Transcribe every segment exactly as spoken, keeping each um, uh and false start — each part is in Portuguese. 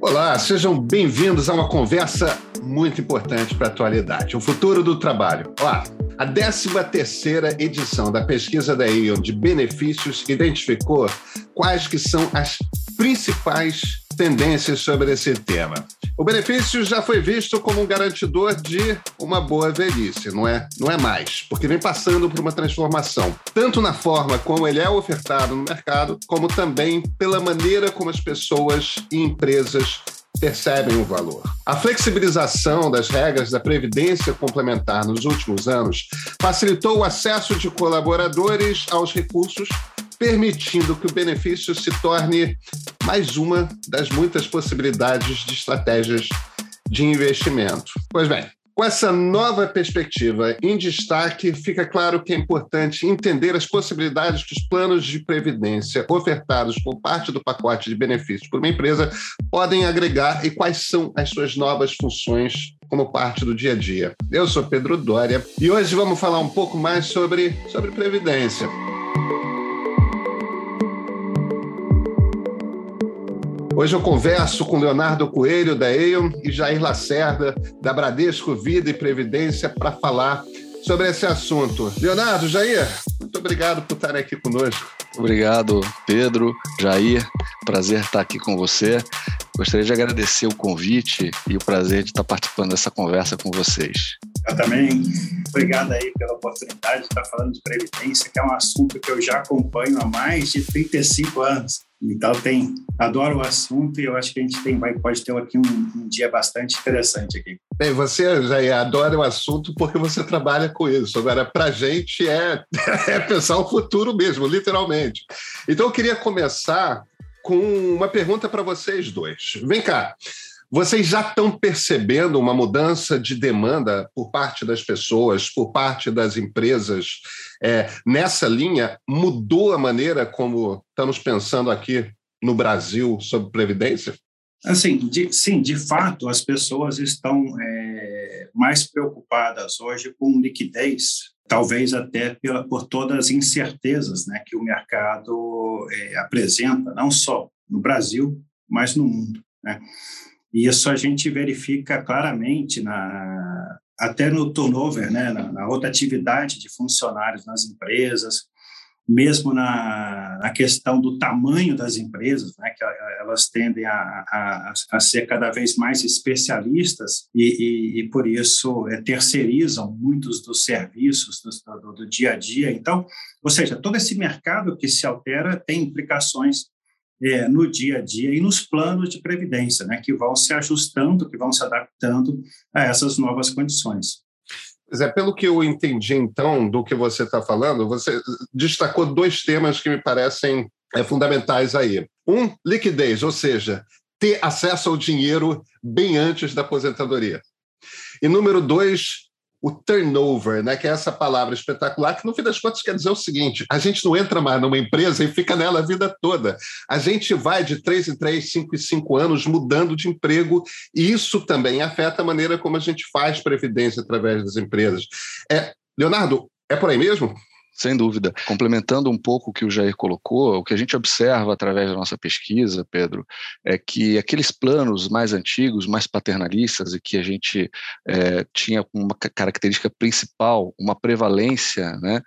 Olá, sejam bem-vindos a uma conversa muito importante para a atualidade, o futuro do trabalho. Olá, a décima terceira edição da pesquisa da Aon de benefícios identificou quais que são as principais tendências sobre esse tema. O benefício já foi visto como um garantidor de uma boa velhice, não é? Não é mais, porque vem passando por uma transformação, tanto na forma como ele é ofertado no mercado, como também pela maneira como as pessoas e empresas percebem o valor. A flexibilização das regras da previdência complementar nos últimos anos facilitou o acesso de colaboradores aos recursos, permitindo que o benefício se torne mais uma das muitas possibilidades de estratégias de investimento. Pois bem, com essa nova perspectiva em destaque, fica claro que é importante entender as possibilidades que os planos de previdência ofertados por parte do pacote de benefícios por uma empresa podem agregar e quais são as suas novas funções como parte do dia a dia. Eu sou Pedro Doria e hoje vamos falar um pouco mais sobre, sobre previdência. Hoje eu converso com Leonardo Coelho, da Aon, e Jair Lacerda, da Bradesco Vida e Previdência, para falar sobre esse assunto. Leonardo, Jair, muito obrigado por estarem aqui conosco. Obrigado, Pedro, Jair, prazer estar aqui com você. Gostaria de agradecer o convite e o prazer de estar participando dessa conversa com vocês. Eu também, obrigado aí pela oportunidade de estar falando de previdência, que é um assunto que eu já acompanho há mais de trinta e cinco anos. Então, tem, adoro o assunto e eu acho que a gente tem, vai, pode ter aqui um, um dia bastante interessante aqui. Bem, você já adora o assunto porque você trabalha com isso. Agora, para a gente é, é pensar o futuro mesmo, literalmente. Então, eu queria começar com uma pergunta para vocês dois. Vem cá. Vocês já estão percebendo uma mudança de demanda por parte das pessoas, por parte das empresas? É, nessa linha, mudou a maneira como estamos pensando aqui no Brasil sobre previdência? Assim, de, sim, de fato, as pessoas estão é, mais preocupadas hoje com liquidez, talvez até pela, por todas as incertezas, né, que o mercado é, apresenta, não só no Brasil, mas no mundo, né? E isso a gente verifica claramente na, até no turnover, né, na, na rotatividade de funcionários nas empresas, mesmo na, na questão do tamanho das empresas, né, que elas tendem a, a, a ser cada vez mais especialistas e, e, e por isso, é, terceirizam muitos dos serviços do, do, do dia a dia. Então, ou seja, todo esse mercado que se altera tem implicações É, no dia a dia e nos planos de previdência, né, que vão se ajustando, que vão se adaptando a essas novas condições. Pois é, pelo que eu entendi, então, do que você está falando, você destacou dois temas que me parecem é, fundamentais aí. Um, liquidez, ou seja, ter acesso ao dinheiro bem antes da aposentadoria. E número dois, o turnover, né, que é essa palavra espetacular, que no fim das contas quer dizer o seguinte: a gente não entra mais numa empresa e fica nela a vida toda. A gente vai de três em três, cinco em cinco anos mudando de emprego, e isso também afeta a maneira como a gente faz previdência através das empresas. É, Leonardo, é por aí mesmo? Sem dúvida. Complementando um pouco o que o Jair colocou, o que a gente observa através da nossa pesquisa, Pedro, é que aqueles planos mais antigos, mais paternalistas e que a gente é, tinha uma característica principal, uma prevalência, né,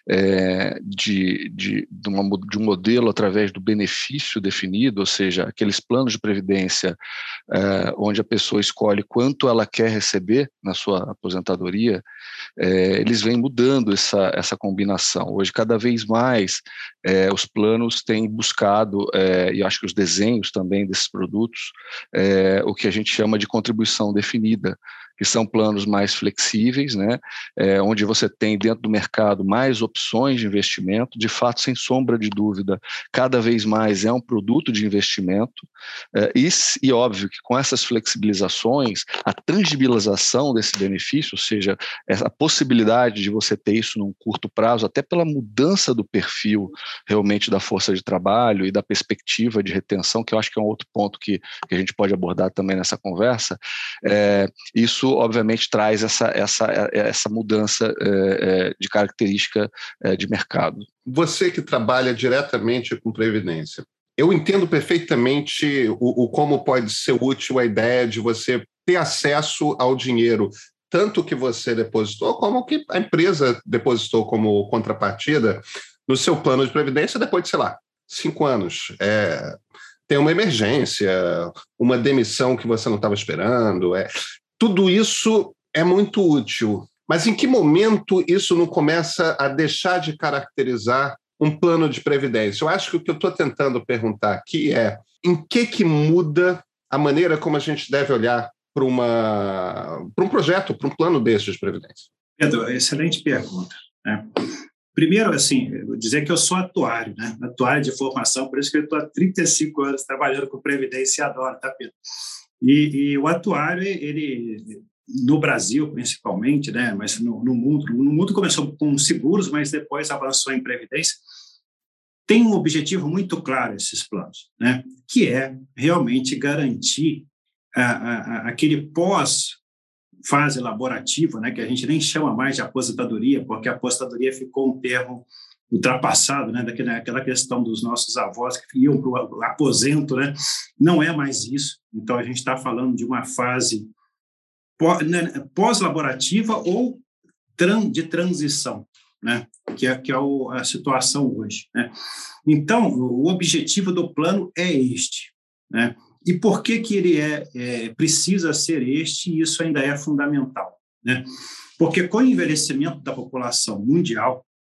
é, de, de, de, uma, de um modelo através do benefício definido, ou seja, aqueles planos de previdência é, onde a pessoa escolhe quanto ela quer receber na sua aposentadoria, é, eles vêm mudando essa, essa combinação. Hoje, cada vez mais, é, os planos têm buscado, é, e acho que os desenhos também desses produtos, é, o que a gente chama de contribuição definida, que são planos mais flexíveis, né, é, onde você tem dentro do mercado mais opções de investimento. De fato, sem sombra de dúvida, cada vez mais é um produto de investimento, é, e, e óbvio que com essas flexibilizações, a tangibilização desse benefício, ou seja, a possibilidade de você ter isso num curto prazo, até pela mudança do perfil realmente da força de trabalho e da perspectiva de retenção, que eu acho que é um outro ponto que, que a gente pode abordar também nessa conversa, é, isso obviamente traz essa, essa, essa mudança é, de característica é, de mercado. Você que trabalha diretamente com previdência, eu entendo perfeitamente o, o como pode ser útil a ideia de você ter acesso ao dinheiro, tanto que você depositou, como que a empresa depositou como contrapartida no seu plano de previdência depois de, sei lá, cinco anos. É, tem uma emergência, uma demissão que você não estava esperando. É, tudo isso é muito útil. Mas em que momento isso não começa a deixar de caracterizar um plano de previdência? Eu acho que o que eu estou tentando perguntar aqui é em que, que muda a maneira como a gente deve olhar para uma, para um projeto, para um plano desse de previdência. Pedro, excelente pergunta, né? Primeiro, assim, eu vou dizer que eu sou atuário, né? Atuário de formação, por isso que eu estou há trinta e cinco anos trabalhando com previdência e adoro, tá, Pedro? E, e o atuário, ele, no Brasil principalmente, né? Mas no, no mundo, no mundo começou com seguros, mas depois avançou em previdência, tem um objetivo muito claro esses planos, né? Que é realmente garantir a, a, aquele pós fase elaborativa, né, que a gente nem chama mais de aposentadoria, porque a aposentadoria ficou um termo ultrapassado, né, daquela aquela questão dos nossos avós que iam para o aposento, né, não é mais isso. Então, a gente está falando de uma fase pós-elaborativa ou de transição, né, que é, que é a situação hoje, né. Então, o objetivo do plano é este, né. E por que que ele é, é, precisa ser este, e isso ainda é fundamental, né? Porque com o envelhecimento da população mundial,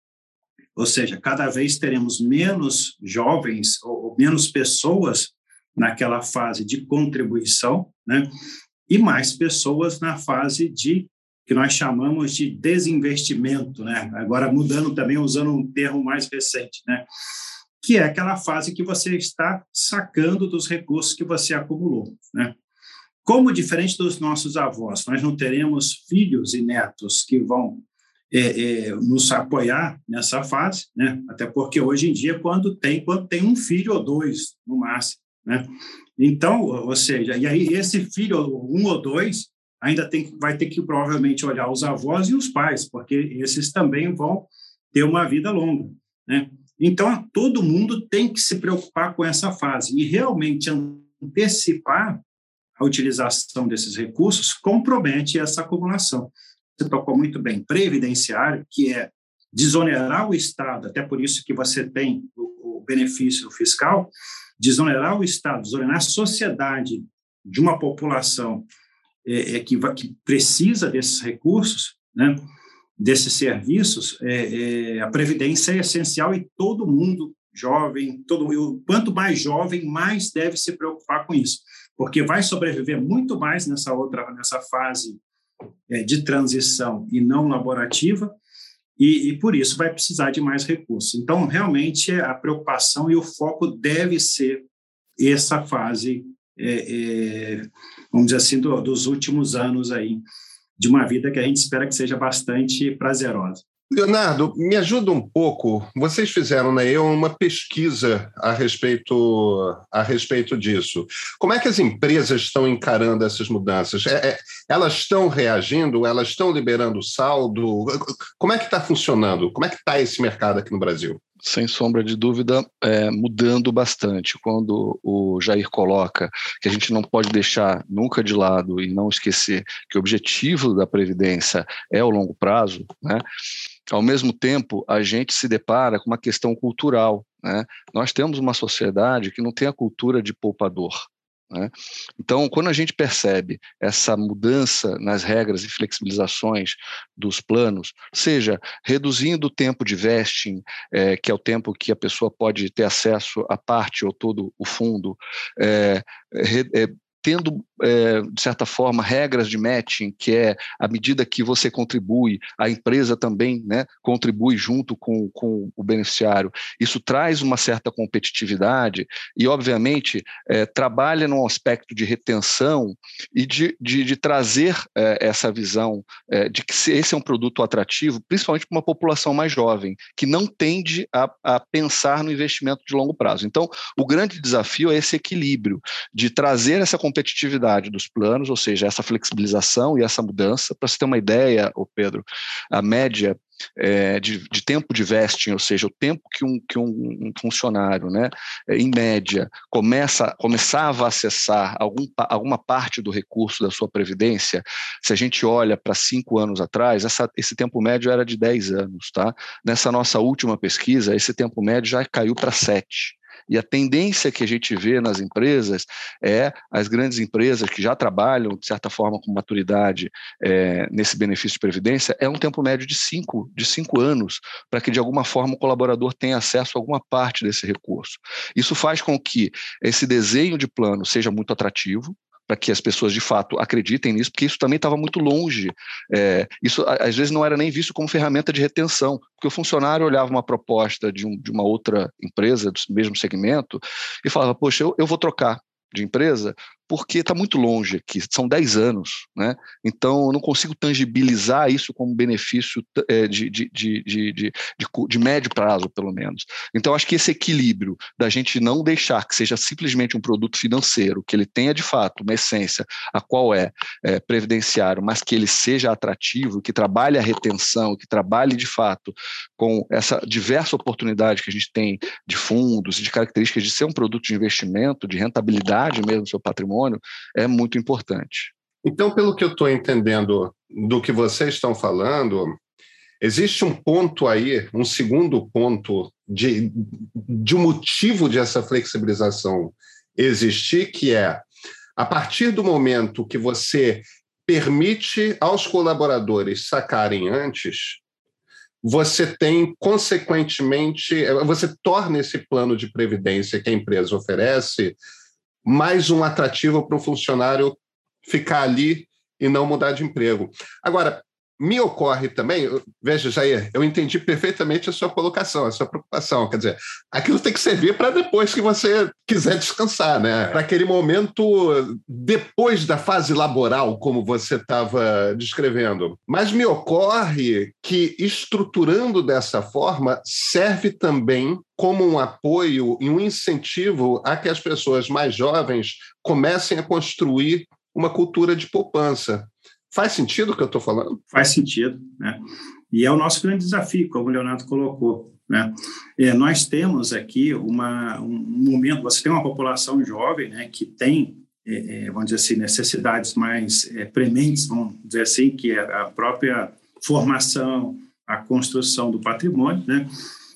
ou seja, cada vez teremos menos jovens ou, ou menos pessoas naquela fase de contribuição, né? E mais pessoas na fase de, que nós chamamos de desinvestimento, né? Agora mudando também, usando um termo mais recente, né? Que é aquela fase que você está sacando dos recursos que você acumulou, né? Como diferente dos nossos avós, nós não teremos filhos e netos que vão é, é, nos apoiar nessa fase, né? Até porque hoje em dia, quando tem, quando tem um filho ou dois, no máximo, né? Então, ou seja, e aí esse filho, um ou dois, ainda tem, vai ter que provavelmente olhar os avós e os pais, porque esses também vão ter uma vida longa, né? Então, todo mundo tem que se preocupar com essa fase e realmente antecipar a utilização desses recursos compromete essa acumulação. Você tocou muito bem, previdenciário, que é desonerar o Estado, até por isso que você tem o, o benefício fiscal, desonerar o Estado, desonerar a sociedade de uma população é, é, que, vai, que precisa desses recursos, né? Desses serviços, é, é, a previdência é essencial e todo mundo, jovem, todo, quanto mais jovem, mais deve se preocupar com isso, porque vai sobreviver muito mais nessa outra, nessa fase é, de transição e não laborativa, e, e por isso vai precisar de mais recursos. Então, realmente, a preocupação e o foco deve ser essa fase, é, é, vamos dizer assim, do, dos últimos anos aí, de uma vida que a gente espera que seja bastante prazerosa. Leonardo, me ajuda um pouco. Vocês fizeram na E O uma pesquisa a respeito, a respeito disso. Como é que as empresas estão encarando essas mudanças? É, é, elas estão reagindo? Elas estão liberando saldo? Como é que está funcionando? Como é que está esse mercado aqui no Brasil? Sem sombra de dúvida, é, mudando bastante. Quando o Jair coloca que a gente não pode deixar nunca de lado e não esquecer que o objetivo da Previdência é o longo prazo, né? Ao mesmo tempo, a gente se depara com uma questão cultural, né? Nós temos uma sociedade que não tem a cultura de poupador, né? Então, quando a gente percebe essa mudança nas regras e flexibilizações dos planos, seja reduzindo o tempo de vesting, é, que é o tempo que a pessoa pode ter acesso a parte ou todo o fundo, é, é, tendo, é, de certa forma, regras de matching, que é à medida que você contribui, a empresa também, né, contribui junto com, com o beneficiário. Isso traz uma certa competitividade e, obviamente, é, trabalha num aspecto de retenção e de, de, de trazer é, essa visão é, de que esse é um produto atrativo, principalmente para uma população mais jovem, que não tende a, a pensar no investimento de longo prazo. Então, o grande desafio é esse equilíbrio de trazer essa competitividade dos planos, ou seja, essa flexibilização e essa mudança. Para você ter uma ideia, ô Pedro, a média é, de, de tempo de vesting, ou seja, o tempo que um, que um, um funcionário, né, é, em média, começa, começava a acessar algum, alguma parte do recurso da sua previdência, se a gente olha para cinco anos atrás, essa, esse tempo médio era de dez anos. Tá? Nessa nossa última pesquisa, esse tempo médio já caiu para sete. E a tendência que a gente vê nas empresas é as grandes empresas que já trabalham, de certa forma, com maturidade é, nesse benefício de previdência, é um tempo médio de cinco, de cinco anos, para que, de alguma forma, o colaborador tenha acesso a alguma parte desse recurso. Isso faz com que esse desenho de plano seja muito atrativo, para que as pessoas, de fato, acreditem nisso, porque isso também estava muito longe. É, isso, às vezes, não era nem visto como ferramenta de retenção, porque o funcionário olhava uma proposta de, um, de uma outra empresa, do mesmo segmento, e falava, poxa, eu, eu vou trocar de empresa porque está muito longe aqui, são dez anos, né? Então eu não consigo tangibilizar isso como benefício é, de, de, de, de, de, de médio prazo, pelo menos. Então acho que esse equilíbrio da gente não deixar que seja simplesmente um produto financeiro, que ele tenha de fato uma essência, a qual é, é previdenciário, mas que ele seja atrativo, que trabalhe a retenção, que trabalhe de fato com essa diversa oportunidade que a gente tem de fundos, de características de ser um produto de investimento, de rentabilidade mesmo do seu patrimônio, é muito importante. Então, pelo que eu estou entendendo do que vocês estão falando, existe um ponto aí, um segundo ponto de, de um motivo de essa flexibilização existir, que é, a partir do momento que você permite aos colaboradores sacarem antes, você tem, consequentemente, você torna esse plano de previdência que a empresa oferece mais um atrativo para o funcionário ficar ali e não mudar de emprego. Agora, me ocorre também, veja, Jair, eu entendi perfeitamente a sua colocação, a sua preocupação, quer dizer, aquilo tem que servir para depois que você quiser descansar, né? Para aquele momento depois da fase laboral, como você estava descrevendo. Mas me ocorre que, estruturando dessa forma, serve também como um apoio e um incentivo a que as pessoas mais jovens comecem a construir uma cultura de poupança. Faz sentido o que eu estou falando? Faz sentido, né? E é o nosso grande desafio, como o Leonardo colocou, né? É, nós temos aqui uma, um momento, você tem uma população jovem, né, que tem, é, é, vamos dizer assim, necessidades mais é, prementes, vamos dizer assim, que é a própria formação, a construção do patrimônio, né?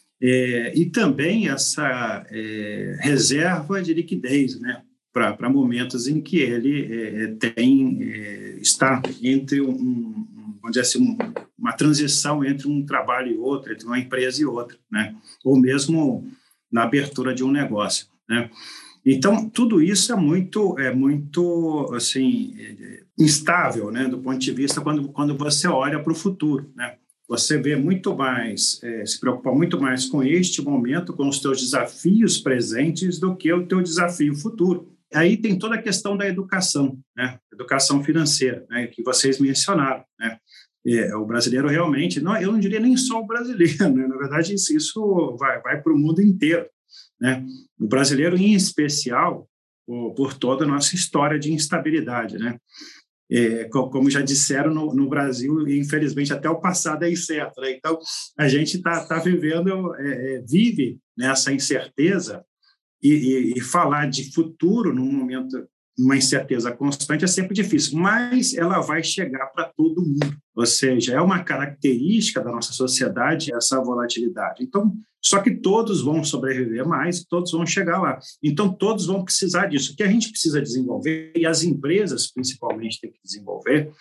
É, e também essa é, reserva de liquidez, né? Para momentos em que ele é, tem, é, está entre, um, um, vamos dizer assim, um, uma transição entre um trabalho e outro, entre uma empresa e outra, né? Ou mesmo na abertura de um negócio, né? Então, tudo isso é muito, é muito assim, é, instável, né? Do ponto de vista quando, quando você olha para o futuro, né? Você vê muito mais, é, se preocupa muito mais com este momento, com os teus desafios presentes do que o teu desafio futuro. Aí tem toda a questão da educação, né? Educação financeira, né? Que vocês mencionaram, né? É, o brasileiro realmente, não, eu não diria nem só o brasileiro, né? Na verdade isso, isso vai, vai para o mundo inteiro, né? O brasileiro em especial, por, por toda a nossa história de instabilidade, né? É, como já disseram no, no Brasil, infelizmente até o passado é incerto, né? Então a gente está tá vivendo, é, vive nessa incerteza. E, e, e falar de futuro num momento, uma incerteza constante é sempre difícil, mas ela vai chegar para todo mundo. Ou seja, é uma característica da nossa sociedade essa volatilidade. Então, só que todos vão sobreviver mais, todos vão chegar lá. Então, todos vão precisar disso. O que a gente precisa desenvolver, e as empresas principalmente têm que desenvolver,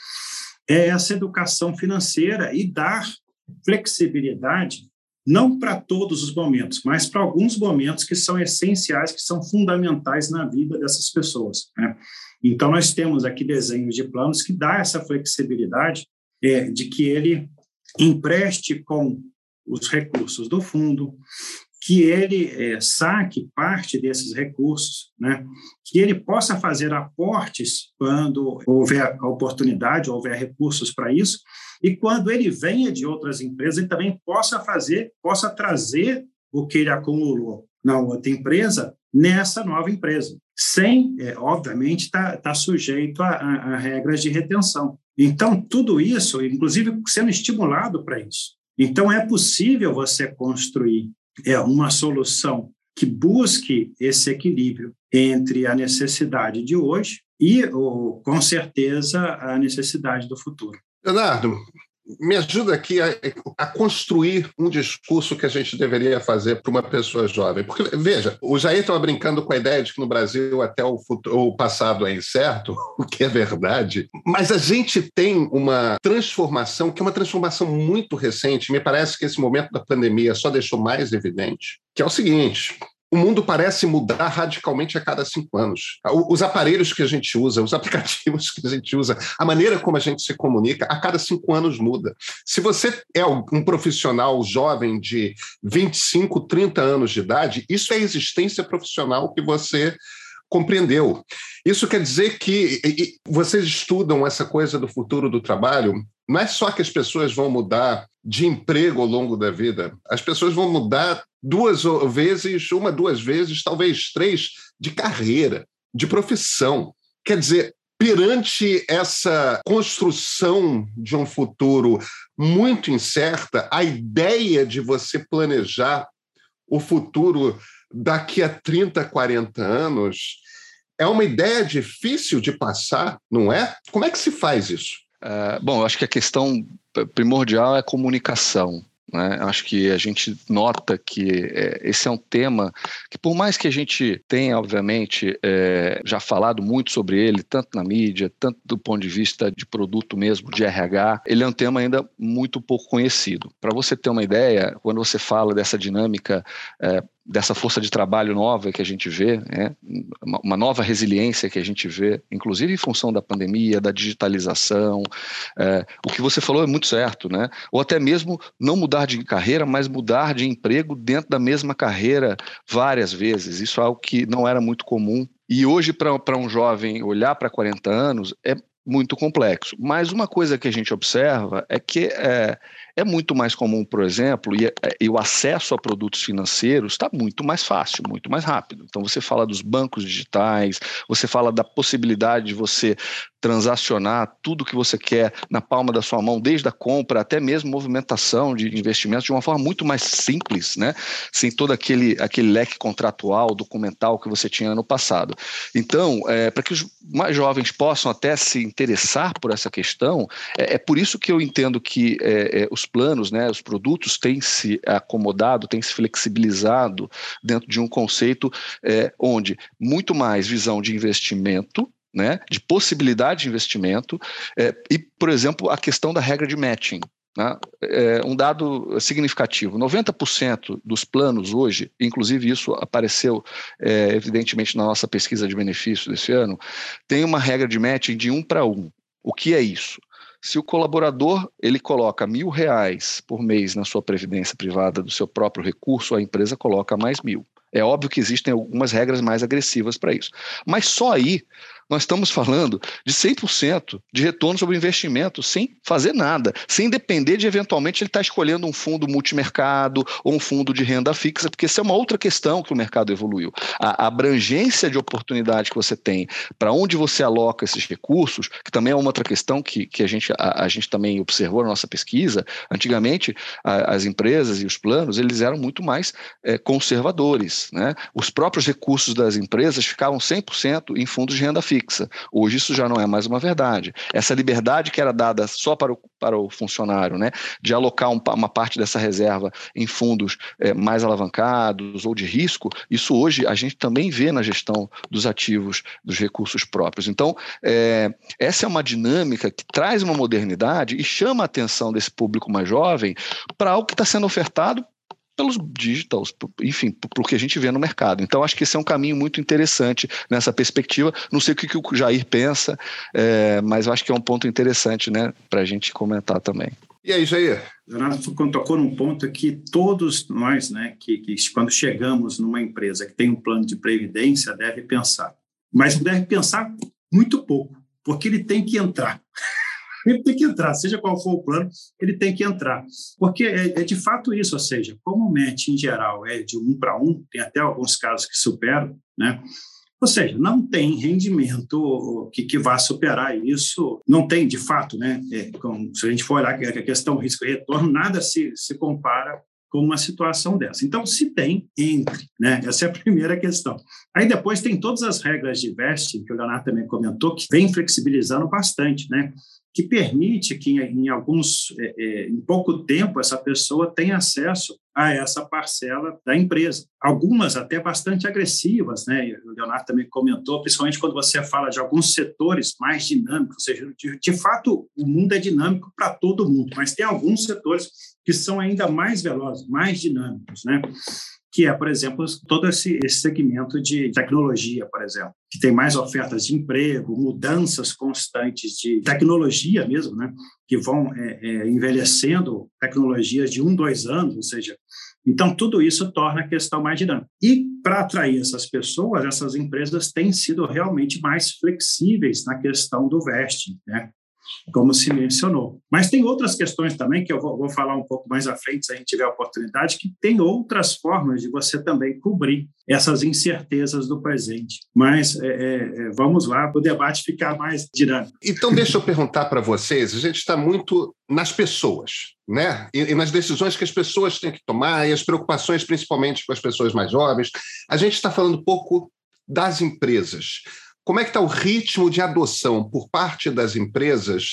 é essa educação financeira e dar flexibilidade não para todos os momentos, mas para alguns momentos que são essenciais, que são fundamentais na vida dessas pessoas, né? Então, nós temos aqui desenhos de planos que dá essa flexibilidade é, de que ele empreste com os recursos do fundo, que ele é, saque parte desses recursos, né? Que ele possa fazer aportes quando houver a oportunidade, houver recursos para isso, e quando ele venha de outras empresas, ele também possa fazer, possa trazer o que ele acumulou na outra empresa nessa nova empresa, sem, é, obviamente, estar tá, tá sujeito a, a, a regras de retenção. Então, tudo isso, inclusive, sendo estimulado para isso. Então, é possível você construir é, uma solução que busque esse equilíbrio entre a necessidade de hoje e, ou, com certeza, a necessidade do futuro. Leonardo, me ajuda aqui a, a construir um discurso que a gente deveria fazer para uma pessoa jovem. Porque, veja, o Jair estava brincando com a ideia de que no Brasil até o, futuro, o passado é incerto, o que é verdade, mas a gente tem uma transformação, que é uma transformação muito recente, me parece que esse momento da pandemia só deixou mais evidente, que é o seguinte: o mundo parece mudar radicalmente a cada cinco anos. Os aparelhos que a gente usa, os aplicativos que a gente usa, a maneira como a gente se comunica, a cada cinco anos muda. Se você é um profissional jovem de vinte e cinco, trinta anos de idade, isso é a existência profissional que você compreendeu. Isso quer dizer que vocês estudam essa coisa do futuro do trabalho. Não é só que as pessoas vão mudar de emprego ao longo da vida, as pessoas vão mudar duas vezes, uma, duas vezes, talvez três, de carreira, de profissão. Quer dizer, perante essa construção de um futuro muito incerta, a ideia de você planejar o futuro daqui a trinta, quarenta anos é uma ideia difícil de passar, não é? Como é que se faz isso? Uh, bom, eu acho que a questão primordial é a comunicação. Né? Acho que a gente nota que é, esse é um tema que, por mais que a gente tenha, obviamente, é, já falado muito sobre ele, tanto na mídia, tanto do ponto de vista de produto mesmo, de R H, ele é um tema ainda muito pouco conhecido. Para você ter uma ideia, quando você fala dessa dinâmica, é, dessa força de trabalho nova que a gente vê, né? Uma nova resiliência que a gente vê, inclusive em função da pandemia, da digitalização, é, o que você falou é muito certo, né? Ou até mesmo não mudar de carreira, mas mudar de emprego dentro da mesma carreira várias vezes. Isso é algo que não era muito comum. E hoje, para um jovem olhar para quarenta anos, é muito complexo. Mas uma coisa que a gente observa é que é, é muito mais comum, por exemplo, e, e o acesso a produtos financeiros está muito mais fácil, muito mais rápido. Então você fala dos bancos digitais, você fala da possibilidade de você transacionar tudo que você quer na palma da sua mão, desde a compra até mesmo movimentação de investimentos de uma forma muito mais simples, né? Sem todo aquele, aquele leque contratual, documental que você tinha no passado. Então, é, para que os mais jovens possam até se interessar por essa questão, é, é por isso que eu entendo que é, é, os planos, né, os produtos têm se acomodado, têm se flexibilizado dentro de um conceito é, onde muito mais visão de investimento, né, de possibilidade de investimento, é, e, por exemplo, a questão da regra de matching. Né? É um dado significativo, noventa por cento dos planos hoje, inclusive isso apareceu é, evidentemente na nossa pesquisa de benefícios desse ano, tem uma regra de matching de um para um. O que é isso? Se o colaborador ele coloca mil reais por mês na sua previdência privada do seu próprio recurso, a empresa coloca mais mil. É óbvio que existem algumas regras mais agressivas para isso. Mas só aí nós estamos falando de cem por cento de retorno sobre o investimento sem fazer nada, sem depender de eventualmente ele estar escolhendo um fundo multimercado ou um fundo de renda fixa, porque essa é uma outra questão que o mercado evoluiu. A abrangência de oportunidade que você tem, para onde você aloca esses recursos, que também é uma outra questão que, que a, gente, a, a gente também observou na nossa pesquisa. Antigamente, a, as empresas e os planos eles eram muito mais é, conservadores. Né? Os próprios recursos das empresas ficavam cem por cento em fundos de renda fixa. Hoje isso já não é mais uma verdade. Essa liberdade que era dada só para o, para o funcionário, né, de alocar um, uma parte dessa reserva em fundos é, mais alavancados ou de risco, isso hoje a gente também vê na gestão dos ativos, dos recursos próprios. Então, é, essa é uma dinâmica que traz uma modernidade e chama a atenção desse público mais jovem para algo que está sendo ofertado pelos digitals, enfim, para o que a gente vê no mercado. Então, acho que esse é um caminho muito interessante nessa perspectiva. Não sei o que, que o Jair pensa, é, mas eu acho que é um ponto interessante, né, para a gente comentar também. E aí, Jair? Leonardo tocou num ponto que todos nós, né, que, que quando chegamos numa empresa que tem um plano de previdência, deve pensar. Mas deve pensar muito pouco, porque ele tem que entrar. Ele tem que entrar, seja qual for o plano, ele tem que entrar. Porque é, é de fato isso, ou seja, como o match em geral é de um para um, tem até alguns casos que superam, né? Ou seja, não tem rendimento que, que vá superar isso, não tem de fato, né? É, com, se a gente for olhar a questão risco e retorno, nada se, se compara com uma situação dessa. Então, se tem, entre, né? Essa é a primeira questão. Aí depois tem todas as regras de vesting, que o Leonardo também comentou, que vem flexibilizando bastante, né? Que permite que em alguns, é, é, em pouco tempo, essa pessoa tenha acesso a essa parcela da empresa. Algumas até bastante agressivas, né? O Leonardo também comentou, principalmente quando você fala de alguns setores mais dinâmicos, ou seja, de, de fato, o mundo é dinâmico para todo mundo, mas tem alguns setores que são ainda mais velozes, mais dinâmicos, né? Que é, por exemplo, todo esse, esse segmento de tecnologia, por exemplo, que tem mais ofertas de emprego, mudanças constantes de tecnologia mesmo, né, que vão é, é, envelhecendo tecnologias de um, dois anos, ou seja, então tudo isso torna a questão mais dinâmica. E para atrair essas pessoas, essas empresas têm sido realmente mais flexíveis na questão do vesting, né? Como se mencionou. Mas tem outras questões também, que eu vou, vou falar um pouco mais à frente, se a gente tiver a oportunidade, que tem outras formas de você também cobrir essas incertezas do presente. Mas é, é, vamos lá, para o debate ficar mais dinâmico. Então, deixa eu perguntar para vocês, a gente está muito nas pessoas, né? E, e nas decisões que as pessoas têm que tomar e as preocupações, principalmente com as pessoas mais jovens. A gente está falando pouco das empresas. Como é que está o ritmo de adoção por parte das empresas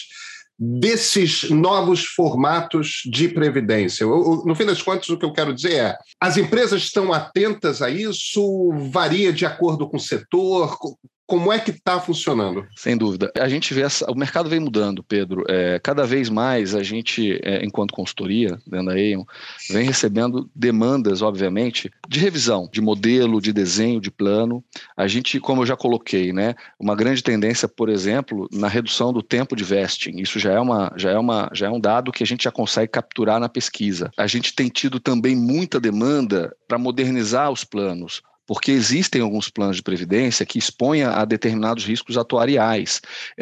desses novos formatos de previdência? Eu, no fim das contas, o que eu quero dizer é, as empresas estão atentas a isso? Varia de acordo com o setor? Como é que está funcionando? Sem dúvida. A gente vê, essa, o mercado vem mudando, Pedro. É, cada vez mais a gente, é, enquanto consultoria, dentro da Aon, vem recebendo demandas, obviamente, de revisão, de modelo, de desenho, de plano. A gente, como eu já coloquei, né, uma grande tendência, por exemplo, na redução do tempo de vesting. Isso já é, uma, já, é uma, já é um dado que a gente já consegue capturar na pesquisa. A gente tem tido também muita demanda para modernizar os planos, porque existem alguns planos de previdência que expõem a determinados riscos atuariais,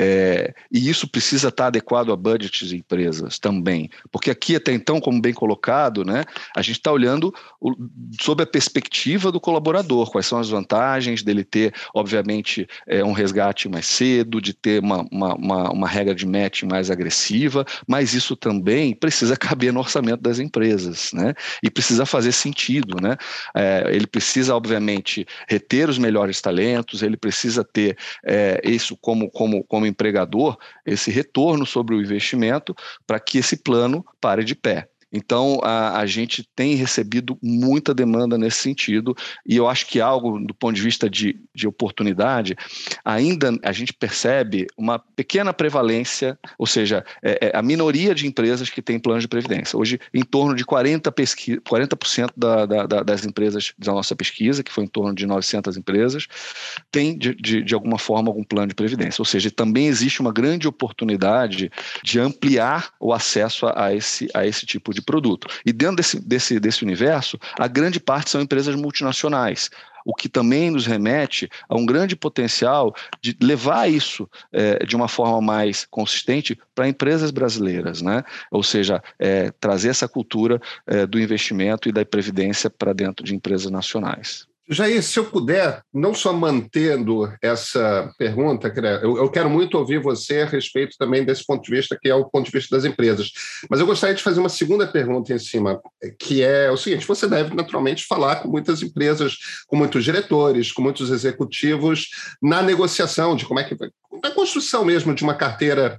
é, e isso precisa estar adequado a budgets de empresas também, porque aqui até então, como bem colocado, né, a gente está olhando o, sob a perspectiva do colaborador, quais são as vantagens dele ter, obviamente, é, um resgate mais cedo, de ter uma, uma, uma, uma regra de match mais agressiva, mas isso também precisa caber no orçamento das empresas, né, e precisa fazer sentido, né, é, ele precisa, obviamente, reter os melhores talentos, ele precisa ter é, isso como, como, como empregador, esse retorno sobre o investimento para que esse plano pare de pé. Então, a, a gente tem recebido muita demanda nesse sentido, e eu acho que algo, do ponto de vista de, de oportunidade, ainda a gente percebe uma pequena prevalência, ou seja, é, é a minoria de empresas que têm planos de previdência. Hoje, em torno de quarenta por cento, quarenta por cento da, da, das empresas da nossa pesquisa, que foi em torno de novecentas empresas, tem, de, de, de alguma forma, algum plano de previdência. Ou seja, também existe uma grande oportunidade de ampliar o acesso a, a, esse, a esse tipo de produto. E dentro desse, desse, desse universo, a grande parte são empresas multinacionais, o que também nos remete a um grande potencial de levar isso é, de uma forma mais consistente para empresas brasileiras, né? Ou seja, é, trazer essa cultura é, do investimento e da previdência para dentro de empresas nacionais. Jair, se eu puder, não só mantendo essa pergunta, eu quero muito ouvir você a respeito também desse ponto de vista, que é o ponto de vista das empresas, mas eu gostaria de fazer uma segunda pergunta em cima, que é o seguinte: você deve naturalmente falar com muitas empresas, com muitos diretores, com muitos executivos na negociação de como é que vai, na construção mesmo de uma carteira,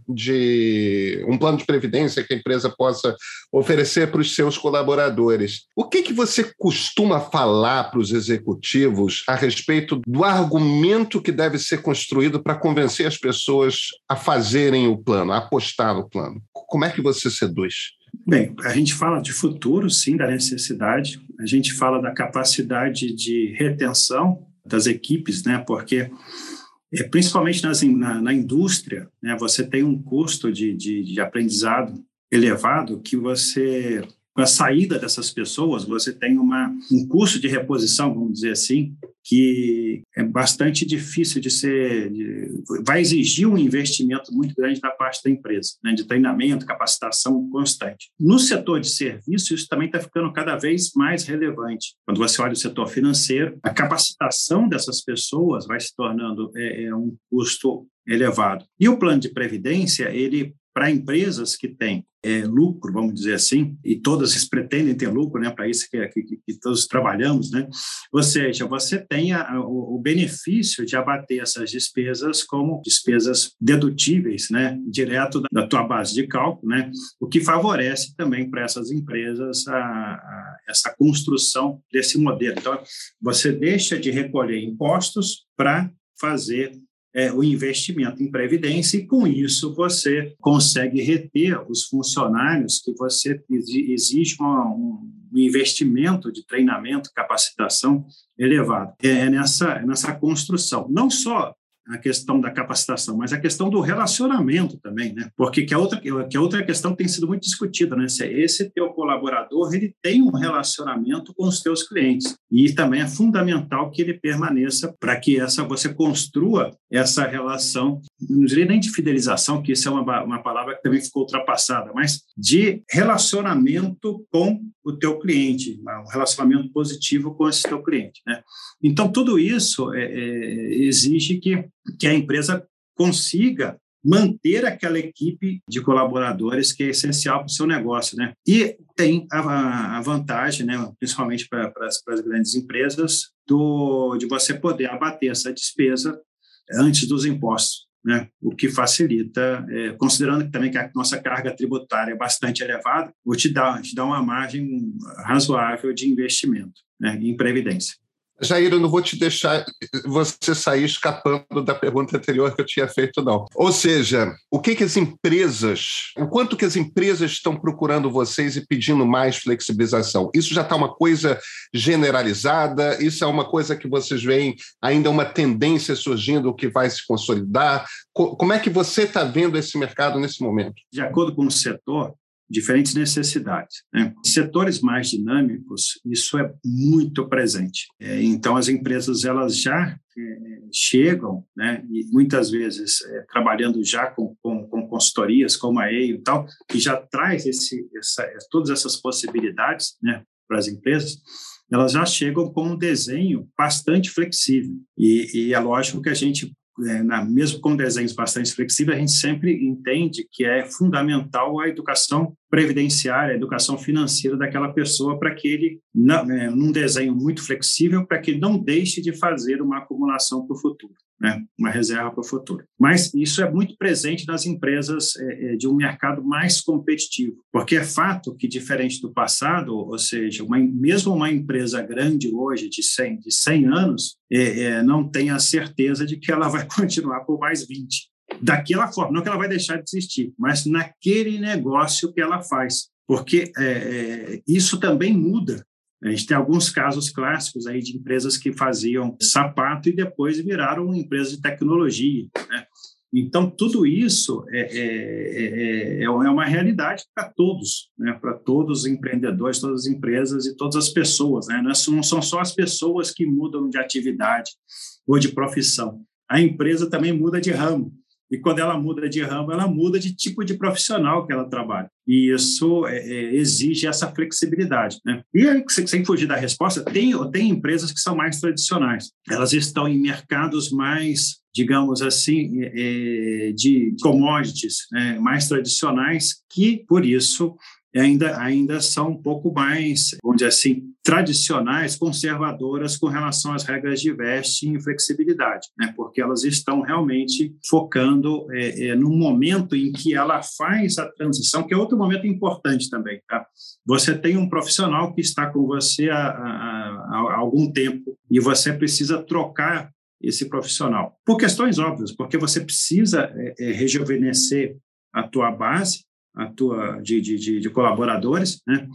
de um plano de previdência que a empresa possa oferecer para os seus colaboradores. O que, que você costuma falar para os executivos a respeito do argumento que deve ser construído para convencer as pessoas a fazerem o plano, a apostar no plano? Como é que você seduz? Bem, a gente fala de futuro, sim, da necessidade. A gente fala da capacidade de retenção das equipes, né? Porque, é, principalmente nas, na, na indústria, né, você tem um custo de, de, de aprendizado elevado que você... Com a saída dessas pessoas, você tem uma, um custo de reposição, vamos dizer assim, que é bastante difícil de ser, de, vai exigir um investimento muito grande da parte da empresa, né, de treinamento, capacitação constante. No setor de serviços, isso também está ficando cada vez mais relevante. Quando você olha o setor financeiro, a capacitação dessas pessoas vai se tornando é, é um custo elevado. E o plano de previdência, ele para empresas que têm é, lucro, vamos dizer assim, e todas pretendem ter lucro, né, para isso que, que, que todos trabalhamos, né? Ou seja, você tem a, o, o benefício de abater essas despesas como despesas dedutíveis, né, direto da, da tua base de cálculo, né, o que favorece também para essas empresas a, a, essa construção desse modelo. Então, você deixa de recolher impostos para fazer É, o investimento em previdência e, com isso, você consegue reter os funcionários que você exige uma, um investimento de treinamento, capacitação elevado. É nessa, nessa construção, não só a questão da capacitação, mas a questão do relacionamento também, né? Porque que a outra, que a outra questão que tem sido muito discutida, né? Se esse teu colaborador ele tem um relacionamento com os teus clientes e também é fundamental que ele permaneça para que essa você construa essa relação, não diria nem de fidelização, que isso é uma, uma palavra que também ficou ultrapassada, mas de relacionamento com o teu cliente, um relacionamento positivo com esse teu cliente, né? Então, tudo isso é, é, exige que que a empresa consiga manter aquela equipe de colaboradores que é essencial para o seu negócio, né? E tem a, a vantagem, né, principalmente para, para, as, para as grandes empresas, do, de você poder abater essa despesa antes dos impostos, né? O que facilita, é, considerando também que a nossa carga tributária é bastante elevada, vou te dar, te dar uma margem razoável de investimento, né, em previdência. Jair, eu não vou te deixar você sair escapando da pergunta anterior que eu tinha feito, não. Ou seja, o que que as empresas, o quanto que as empresas estão procurando vocês e pedindo mais flexibilização? Isso já está uma coisa generalizada? Isso é uma coisa que vocês veem ainda uma tendência surgindo que vai se consolidar? Como é que você está vendo esse mercado nesse momento? De acordo com o setor, diferentes necessidades, né? Setores mais dinâmicos, isso é muito presente. É, então, as empresas elas já é, chegam, né, e muitas vezes é, trabalhando já com, com, com consultorias como a E I O e tal, que já traz esse, essa, todas essas possibilidades, né, para as empresas, elas já chegam com um desenho bastante flexível. E, e é lógico que a gente É, na, mesmo com desenhos bastante flexíveis, a gente sempre entende que é fundamental a educação previdenciária, a educação financeira daquela pessoa para que ele, não, é, num desenho muito flexível, para que ele não deixe de fazer uma acumulação para o futuro, né? Uma reserva para o futuro. Mas isso é muito presente nas empresas é, de um mercado mais competitivo, porque é fato que, diferente do passado, ou seja, uma, mesmo uma empresa grande hoje, de cem, de cem anos, é, é, não tem a certeza de que ela vai continuar por mais vinte. Daquela forma, não que ela vai deixar de existir, mas naquele negócio que ela faz, porque é, é, isso também muda. A gente tem alguns casos clássicos aí de empresas que faziam sapato e depois viraram empresas de tecnologia, né? Então, tudo isso é, é, é, é uma realidade para todos, né? Para todos os empreendedores, todas as empresas e todas as pessoas, né? Não são só as pessoas que mudam de atividade ou de profissão. A empresa também muda de ramo. E quando ela muda de ramo, ela muda de tipo de profissional que ela trabalha. E isso é, é, exige essa flexibilidade, né? E aí, sem fugir da resposta, tem, tem empresas que são mais tradicionais. Elas estão em mercados mais, digamos assim, é, de commodities, né, mais tradicionais, que, por isso, ainda, ainda são um pouco mais, vamos dizer assim, tradicionais, conservadoras com relação às regras de vesting e flexibilidade, né? Porque elas estão realmente focando é, é, no momento em que ela faz a transição, que é outro momento importante também, tá? Você tem um profissional que está com você há, há, há algum tempo e você precisa trocar esse profissional, por questões óbvias, porque você precisa é, é, rejuvenescer a tua base, a tua de, de, de colaboradores, né?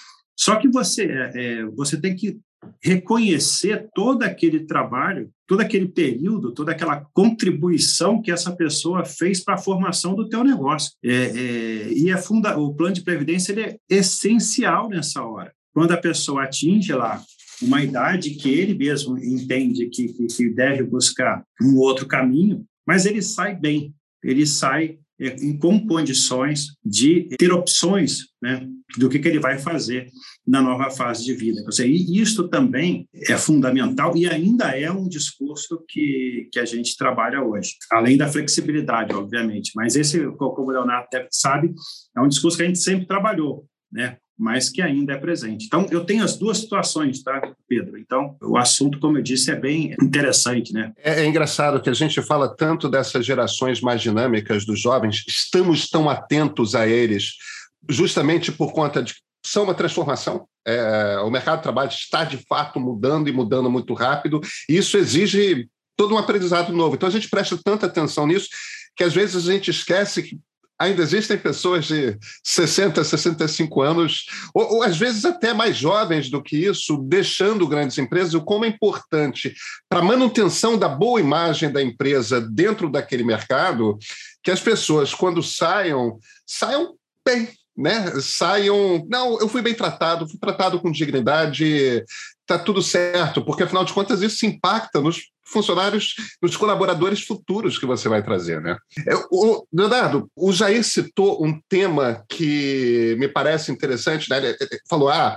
Só que você, é, você tem que reconhecer todo aquele trabalho, todo aquele período, toda aquela contribuição que essa pessoa fez para a formação do teu negócio. É, é, e é funda, o plano de previdência ele é essencial nessa hora. Quando a pessoa atinge lá uma idade que ele mesmo entende que, que, que deve buscar um outro caminho, mas ele sai bem, ele sai é, com condições de ter opções, né, do que, que ele vai fazer na nova fase de vida. E isso também é fundamental e ainda é um discurso que, que a gente trabalha hoje, além da flexibilidade, obviamente. Mas esse, como o Leonardo sabe, é um discurso que a gente sempre trabalhou, né, mas que ainda é presente. Então, eu tenho as duas situações, tá, Pedro? Então, o assunto, como eu disse, é bem interessante, né? É, é engraçado que a gente fala tanto dessas gerações mais dinâmicas dos jovens, estamos tão atentos a eles, justamente por conta de são uma transformação. É, o mercado de trabalho está, de fato, mudando e mudando muito rápido, e isso exige todo um aprendizado novo. Então, a gente presta tanta atenção nisso que, às vezes, a gente esquece que ainda existem pessoas de sessenta, sessenta e cinco anos, ou, ou às vezes até mais jovens do que isso, deixando grandes empresas, o como é importante para a manutenção da boa imagem da empresa dentro daquele mercado, que as pessoas, quando saiam, saiam bem, né? Saiam, não, eu fui bem tratado, fui tratado com dignidade, está tudo certo, porque, afinal de contas, isso impacta nos funcionários, nos colaboradores futuros que você vai trazer, né? O Leonardo, o Jair citou um tema que me parece interessante, né? Ele falou, ah,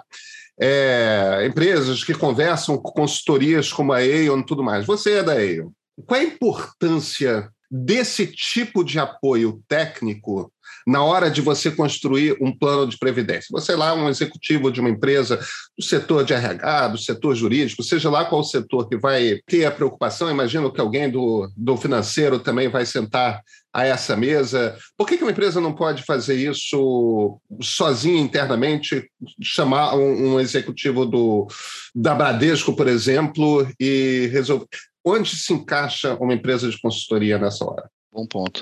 é, empresas que conversam com consultorias como a Aon e tudo mais. Você é da Aon. Qual é a importância desse tipo de apoio técnico na hora de você construir um plano de previdência? Você é lá um executivo de uma empresa do setor de R H, do setor jurídico, seja lá qual o setor que vai ter a preocupação, imagino que alguém do, do financeiro também vai sentar a essa mesa. Por que que uma empresa não pode fazer isso sozinha internamente, chamar um, um executivo do, da Bradesco, por exemplo, e resolver? Onde se encaixa uma empresa de consultoria nessa hora? Bom ponto.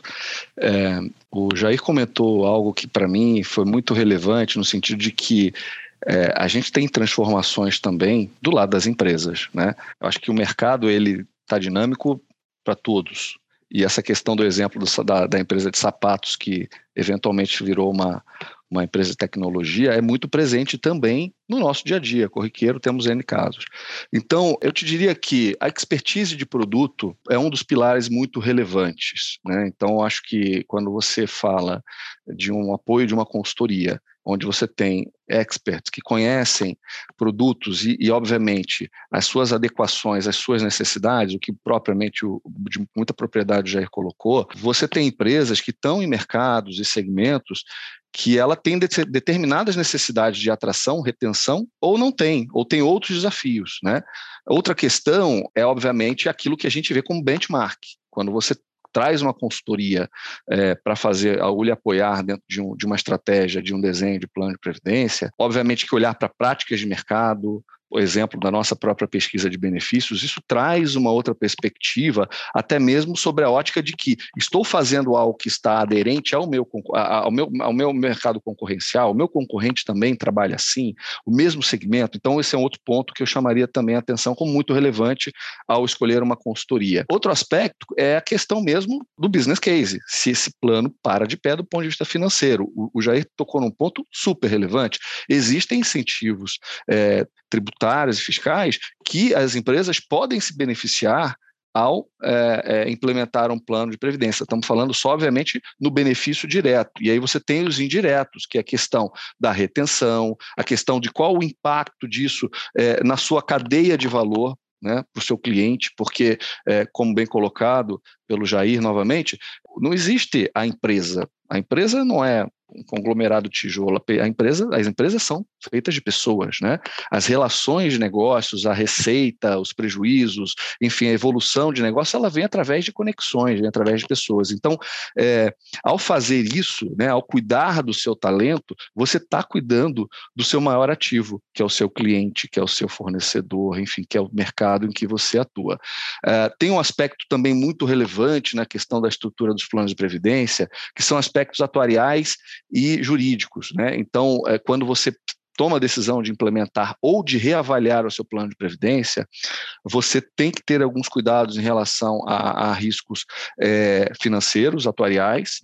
É, o Jair comentou algo que, para mim, foi muito relevante, no sentido de que é, a gente tem transformações também do lado das empresas, né? Eu acho que o mercado ele está dinâmico para todos. E essa questão do exemplo do, da, da empresa de sapatos, que eventualmente virou uma, uma empresa de tecnologia, é muito presente também no nosso dia a dia, corriqueiro, temos N casos. Então, eu te diria que a expertise de produto é um dos pilares muito relevantes, né? Então, acho que quando você fala de um apoio de uma consultoria, onde você tem experts que conhecem produtos e, e, obviamente, as suas adequações, as suas necessidades, o que propriamente o, de muita propriedade o Jair colocou, você tem empresas que estão em mercados e segmentos que ela tem de, determinadas necessidades de atração, retenção, ou não tem, ou tem outros desafios, né? Outra questão é, obviamente, aquilo que a gente vê como benchmark. Quando você traz uma consultoria é, para fazer, ou lhe apoiar dentro de, um, de uma estratégia, de um desenho de plano de previdência, obviamente que olhar para práticas de mercado, por exemplo, da nossa própria pesquisa de benefícios, isso traz uma outra perspectiva, até mesmo sobre a ótica de que estou fazendo algo que está aderente ao meu, ao meu, ao meu mercado concorrencial, o meu concorrente também trabalha assim, o mesmo segmento. Então, esse é um outro ponto que eu chamaria também a atenção como muito relevante ao escolher uma consultoria. Outro aspecto é a questão mesmo do business case, se esse plano para de pé do ponto de vista financeiro. O, o Jair tocou num ponto super relevante. Existem incentivos é, tributários e fiscais que as empresas podem se beneficiar ao é, é, implementar um plano de previdência. Estamos falando só, obviamente, no benefício direto. E aí você tem os indiretos, que é a questão da retenção, a questão de qual o impacto disso é, na sua cadeia de valor, né, para o seu cliente, porque, é, como bem colocado pelo Jair novamente, não existe a empresa. A empresa não é um conglomerado tijolo, a empresa, as empresas são feitas de pessoas, né? As relações de negócios, a receita, os prejuízos, enfim, a evolução de negócio, ela vem através de conexões, vem através de pessoas. Então, é, ao fazer isso, né, ao cuidar do seu talento, você está cuidando do seu maior ativo, que é o seu cliente, que é o seu fornecedor, enfim, que é o mercado em que você atua. É, tem um aspecto também muito relevante na questão da estrutura dos planos de previdência, que são aspectos atuariais e jurídicos, né? Então, é, quando você toma a decisão de implementar ou de reavaliar o seu plano de previdência, você tem que ter alguns cuidados em relação a, a riscos é, financeiros, atuariais, né?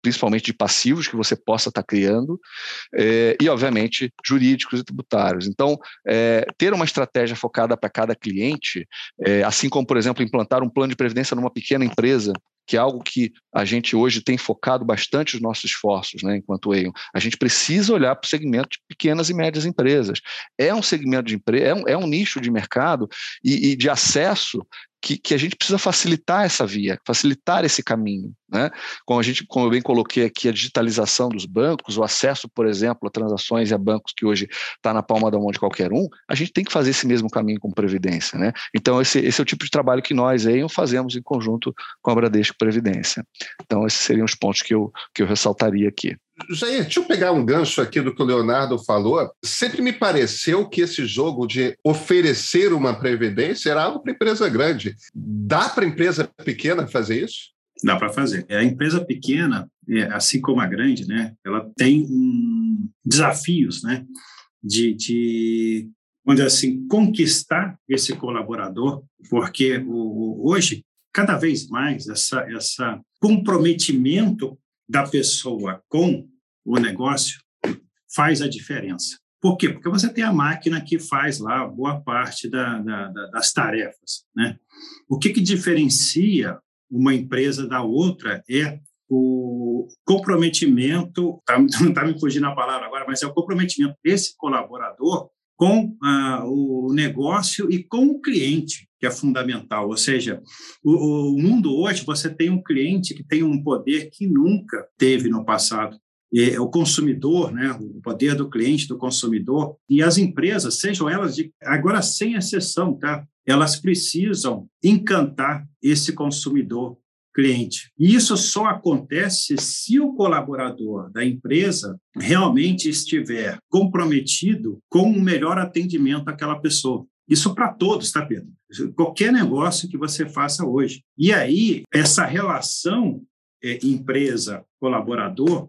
principalmente de passivos que você possa estar criando, é, e, obviamente, jurídicos e tributários. Então, é, ter uma estratégia focada para cada cliente, é, assim como, por exemplo, implantar um plano de previdência numa pequena empresa, que é algo que a gente hoje tem focado bastante os nossos esforços, né, enquanto Aon. A gente precisa olhar para o segmento de pequenas e médias empresas. É um segmento de empresa, é um, é um nicho de mercado e, e de acesso que, que a gente precisa facilitar essa via, facilitar esse caminho, né? Como, a gente, como eu bem coloquei aqui, a digitalização dos bancos, o acesso, por exemplo, a transações e a bancos que hoje está na palma da mão de qualquer um, a gente tem que fazer esse mesmo caminho com Previdência, né? Então, esse, esse é o tipo de trabalho que nós, Aon, fazemos em conjunto com a Bradesco Previdência. Então, esses seriam os pontos que eu, que eu ressaltaria aqui. Jair, deixa eu pegar um gancho aqui do que o Leonardo falou. Sempre me pareceu que esse jogo de oferecer uma previdência era algo para empresa grande. Dá para empresa pequena fazer isso? Dá para fazer. A empresa pequena, assim como a grande, né, ela tem um, desafios, né, de, de, vamos dizer assim, conquistar esse colaborador, porque o, hoje, cada vez mais, essa, essa comprometimento da pessoa com o negócio faz a diferença. Por quê? Porque você tem a máquina que faz lá boa parte da, da, da, das tarefas, né? O que, que diferencia uma empresa da outra é o comprometimento, tá, não está me fugindo a palavra agora, mas é o comprometimento desse colaborador com ah, o negócio e com o cliente, que é fundamental. Ou seja, o, o mundo hoje, você tem um cliente que tem um poder que nunca teve no passado. É o consumidor, né? O poder do cliente, do consumidor. E as empresas, sejam elas, de, agora sem exceção, tá? Elas precisam encantar esse consumidor cliente. E isso só acontece se o colaborador da empresa realmente estiver comprometido com o melhor atendimento àquela pessoa. Isso para todos, tá, Pedro? Qualquer negócio que você faça hoje. E aí, essa relação é, empresa-colaborador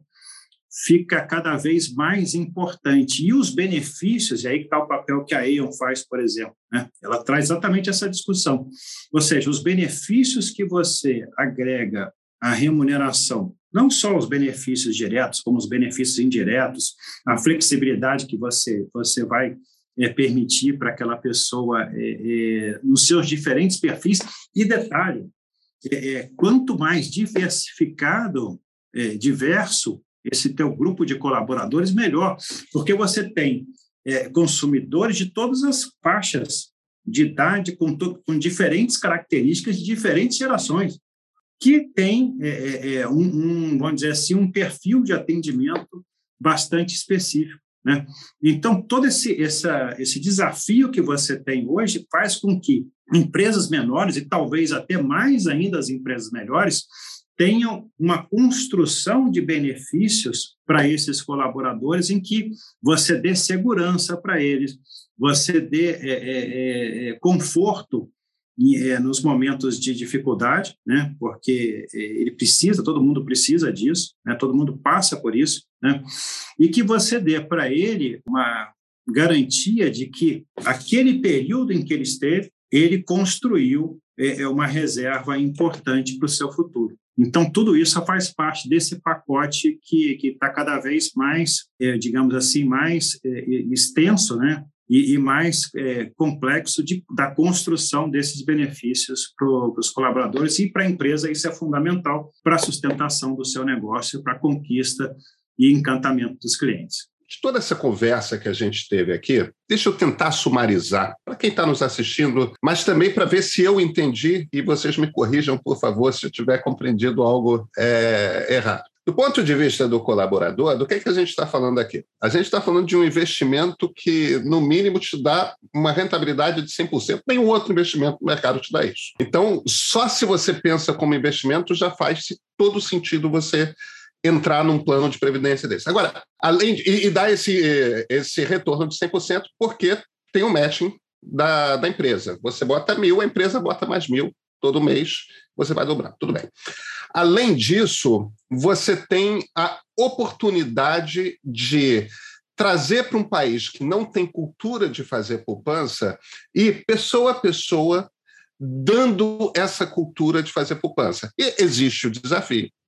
fica cada vez mais importante. E os benefícios, e aí que está o papel que a Aon faz, por exemplo, né? Ela traz exatamente essa discussão. Ou seja, os benefícios que você agrega à remuneração, não só os benefícios diretos, como os benefícios indiretos, a flexibilidade que você, você vai é, permitir para aquela pessoa é, é, nos seus diferentes perfis. E detalhe, é, é, quanto mais diversificado, é, diverso, esse teu grupo de colaboradores, melhor, porque você tem é, consumidores de todas as faixas de idade, com, to- com diferentes características de diferentes gerações, que tem é, é, um, um, vamos dizer assim, um perfil de atendimento bastante específico, né? Então, todo esse, essa, esse desafio que você tem hoje faz com que empresas menores, e talvez até mais ainda as empresas melhores, tenham uma construção de benefícios para esses colaboradores em que você dê segurança para eles, você dê é, é, é, conforto é, nos momentos de dificuldade, né? Porque ele precisa, todo mundo precisa disso, né? Todo mundo passa por isso, né? E que você dê para ele uma garantia de que aquele período em que ele esteve, ele construiu é, uma reserva importante para o seu futuro. Então, tudo isso faz parte desse pacote que está cada vez mais, é, digamos assim, mais é, extenso, né? E, e mais é, complexo de, da construção desses benefícios para os colaboradores e para a empresa. Isso é fundamental para a sustentação do seu negócio, para a conquista e encantamento dos clientes. De toda essa conversa que a gente teve aqui, deixa eu tentar sumarizar para quem está nos assistindo, mas também para ver se eu entendi, e vocês me corrijam, por favor, se eu tiver compreendido algo é, errado. Do ponto de vista do colaborador, do que, é que a gente está falando aqui? A gente está falando de um investimento que, no mínimo, te dá uma rentabilidade de cem por cento. Nenhum outro investimento no mercado te dá isso. Então, só se você pensa como investimento, já faz todo sentido você entrar num plano de previdência desse. Agora, além de, e, e dar esse, esse retorno de cem por cento, porque tem o matching da, da empresa. Você bota mil, a empresa bota mais mil todo mês, você vai dobrar. Tudo bem. Além disso, você tem a oportunidade de trazer para um país que não tem cultura de fazer poupança e pessoa a pessoa dando essa cultura de fazer poupança. E existe o desafio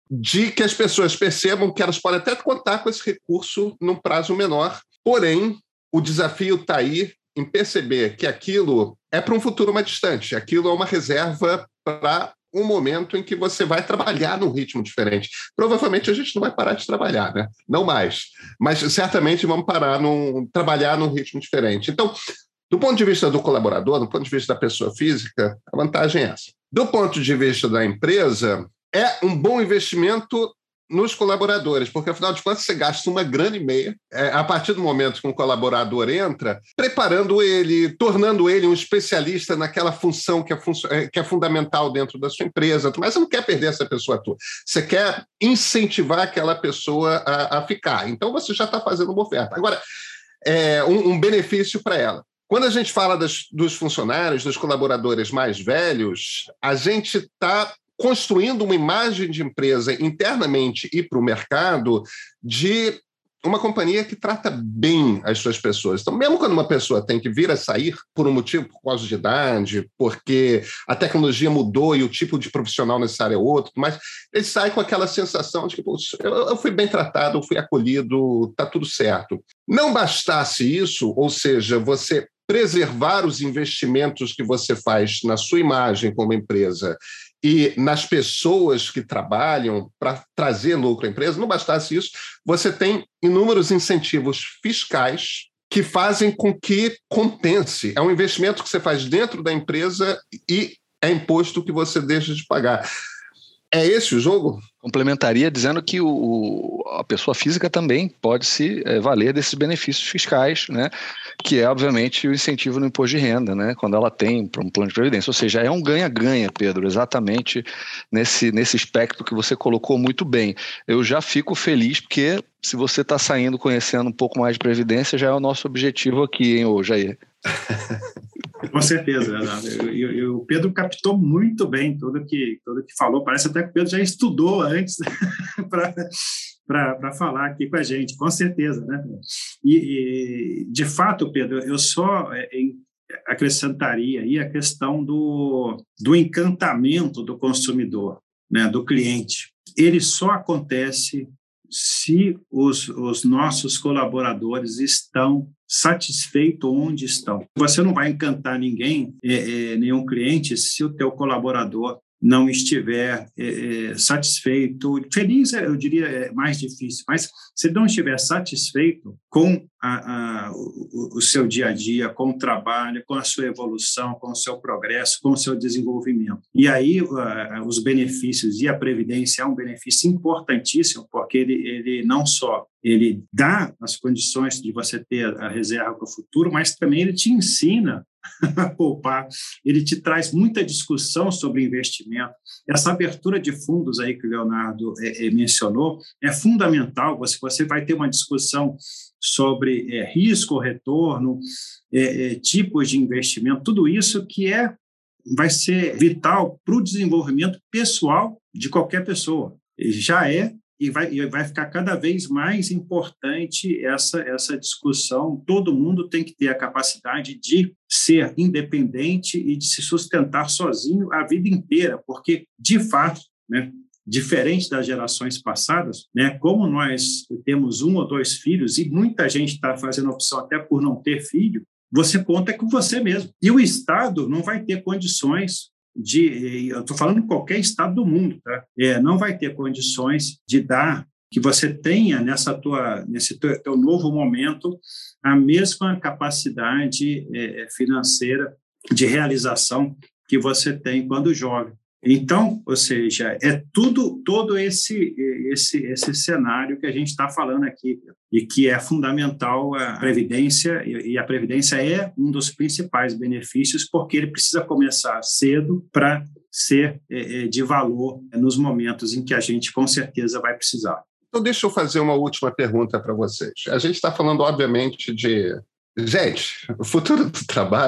de que as pessoas percebam que elas podem até contar com esse recurso num prazo menor, porém, o desafio está aí em perceber que aquilo é para um futuro mais distante, aquilo é uma reserva para um momento em que você vai trabalhar num ritmo diferente. Provavelmente a gente não vai parar de trabalhar, né? Não mais, mas certamente vamos parar num, trabalhar num ritmo diferente. Então, do ponto de vista do colaborador, do ponto de vista da pessoa física, a vantagem é essa. Do ponto de vista da empresa, é um bom investimento nos colaboradores, porque, afinal de contas, você gasta uma grana e meia é, a partir do momento que um colaborador entra, preparando ele, tornando ele um especialista naquela função que é, fun- que é fundamental dentro da sua empresa. Mas você não quer perder essa pessoa tua. Você quer incentivar aquela pessoa a, a ficar. Então, você já está fazendo uma oferta. Agora, é um, um benefício para ela. Quando a gente fala das, dos funcionários, dos colaboradores mais velhos, a gente está construindo uma imagem de empresa internamente e para o mercado de uma companhia que trata bem as suas pessoas. Então, mesmo quando uma pessoa tem que vir a sair por um motivo, por causa de idade, porque a tecnologia mudou e o tipo de profissional necessário é outro, mas ele sai com aquela sensação de que eu, eu fui bem tratado, eu fui acolhido, está tudo certo. Não bastasse isso, ou seja, você preservar os investimentos que você faz na sua imagem como empresa e nas pessoas que trabalham para trazer lucro à empresa, não bastasse isso, você tem inúmeros incentivos fiscais que fazem com que compense. É um investimento que você faz dentro da empresa e é imposto que você deixa de pagar. É esse o jogo? Complementaria dizendo que o, a pessoa física também pode se é, valer desses benefícios fiscais, né? Que é, obviamente, o incentivo no imposto de renda, né? Quando ela tem para um plano de previdência. Ou seja, é um ganha-ganha, Pedro, exatamente nesse, nesse aspecto que você colocou muito bem. Eu já fico feliz porque se você está saindo conhecendo um pouco mais de previdência, já é o nosso objetivo aqui, hein, ô Jair? Com certeza, e o Pedro captou muito bem tudo que, tudo que falou. Parece até que o Pedro já estudou antes para falar aqui com a gente, com certeza, né? E, e de fato, Pedro, eu só acrescentaria aí a questão do, do encantamento do consumidor, né, do cliente. Ele só acontece se os, os nossos colaboradores estão satisfeitos onde estão. Você não vai encantar ninguém, é, é, nenhum cliente, se o teu colaborador não estiver é, satisfeito, feliz, eu diria, é mais difícil, mas se ele não estiver satisfeito com a, a, o, o seu dia a dia, com o trabalho, com a sua evolução, com o seu progresso, com o seu desenvolvimento. E aí a, os benefícios, e a Previdência é um benefício importantíssimo, porque ele, ele não só ele dá as condições de você ter a reserva para o futuro, mas também ele te ensina a poupar, ele te traz muita discussão sobre investimento. Essa abertura de fundos aí que o Leonardo é, é, mencionou é fundamental. Você, você vai ter uma discussão sobre é, risco, retorno, é, é, tipos de investimento, tudo isso que é, vai ser vital para o desenvolvimento pessoal de qualquer pessoa. Já é E vai, e vai ficar cada vez mais importante essa, essa discussão. Todo mundo tem que ter a capacidade de ser independente e de se sustentar sozinho a vida inteira, porque, de fato, né, diferente das gerações passadas, né, como nós temos um ou dois filhos e muita gente está fazendo opção até por não ter filho, você conta com você mesmo. E o Estado não vai ter condições de, eu estou falando qualquer estado do mundo, tá? É, não vai ter condições de dar que você tenha nessa tua, nesse teu, teu novo momento a mesma capacidade é, financeira de realização que você tem quando jovem. Então, ou seja, é tudo, todo esse, esse, esse cenário que a gente está falando aqui e que é fundamental a Previdência, e a Previdência é um dos principais benefícios porque ele precisa começar cedo para ser de valor nos momentos em que a gente com certeza vai precisar. Então, deixa eu fazer uma última pergunta para vocês. A gente está falando, obviamente, de... Gente, o futuro do trabalho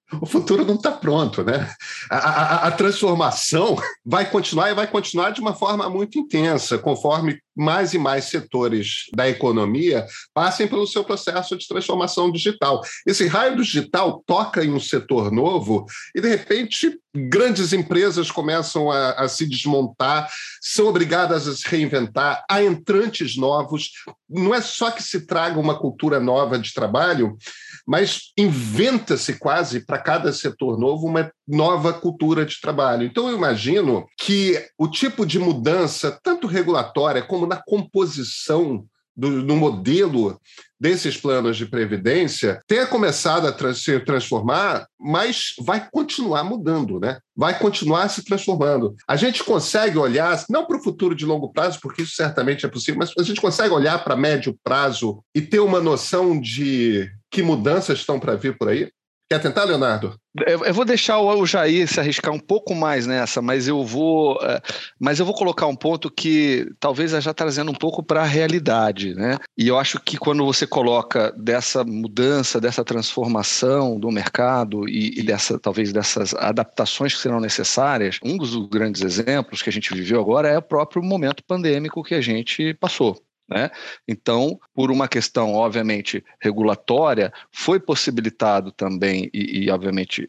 o futuro não está pronto, né? A, a, a transformação vai continuar e vai continuar de uma forma muito intensa, conforme mais e mais setores da economia passem pelo seu processo de transformação digital. Esse raio do digital toca em um setor novo e, de repente, grandes empresas começam a, a se desmontar, são obrigadas a se reinventar, há entrantes novos. Não é só que se traga uma cultura nova de trabalho, mas inventa-se quase para cada setor novo uma nova cultura de trabalho. Então, eu imagino que o tipo de mudança, tanto regulatória como na composição do, do modelo desses planos de previdência, tenha começado a trans, se transformar, mas vai continuar mudando, né? Vai continuar se transformando. A gente consegue olhar, não para o futuro de longo prazo, porque isso certamente é possível, mas a gente consegue olhar para médio prazo e ter uma noção de que mudanças estão para vir por aí? Quer tentar, Leonardo? Eu vou deixar o Jair se arriscar um pouco mais nessa, mas eu vou, mas eu vou colocar um ponto que talvez já trazendo um pouco para a realidade, né? E eu acho que quando você coloca dessa mudança, dessa transformação do mercado e, e dessa, talvez dessas adaptações que serão necessárias, um dos grandes exemplos que a gente viveu agora é o próprio momento pandêmico que a gente passou. Né? Então, por uma questão, obviamente, regulatória, foi possibilitado também, e, e obviamente,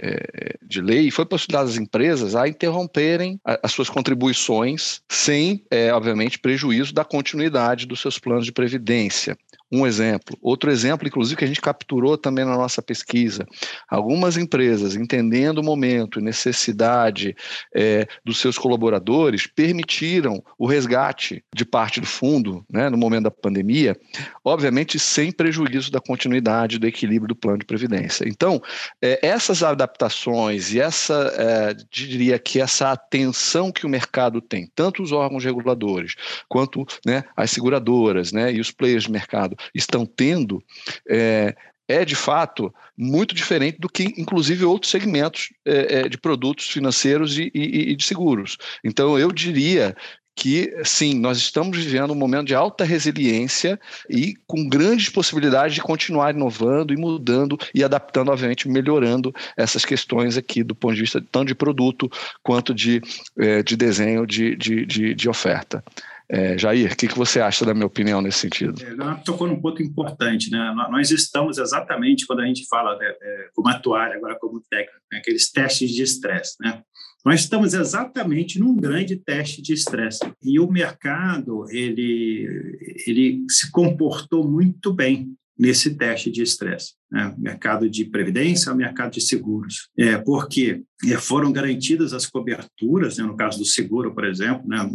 é, de lei, foi possibilitado às empresas a interromperem a, as suas contribuições sem, é, obviamente, prejuízo da continuidade dos seus planos de previdência. Um exemplo. Outro exemplo, inclusive, que a gente capturou também na nossa pesquisa. Algumas empresas, entendendo o momento e necessidade é, dos seus colaboradores, permitiram o resgate de parte do fundo, né, no momento da pandemia, obviamente sem prejuízo da continuidade do equilíbrio do plano de previdência. Então, é, essas adaptações e essa, é, diria que essa atenção que o mercado tem, tanto os órgãos reguladores, quanto, né, as seguradoras, né, e os players de mercado estão tendo, é, é de fato muito diferente do que, inclusive, outros segmentos é, de produtos financeiros e, e, e de seguros. Então, eu diria que, sim, nós estamos vivendo um momento de alta resiliência e com grandes possibilidades de continuar inovando e mudando e adaptando, obviamente, melhorando essas questões aqui do ponto de vista tanto de produto quanto de, de desenho de, de, de, de oferta. É, Jair, o que, que você acha da minha opinião nesse sentido? É, tocou num ponto importante, né? Nós estamos exatamente, quando a gente fala né, como atuário, agora como técnico, né, aqueles testes de estresse, né? Nós estamos exatamente num grande teste de estresse. E o mercado, ele, ele se comportou muito bem nesse teste de estresse. Né? O mercado de previdência, o mercado de seguros. É, porque foram garantidas as coberturas, né? No caso do seguro, por exemplo, né?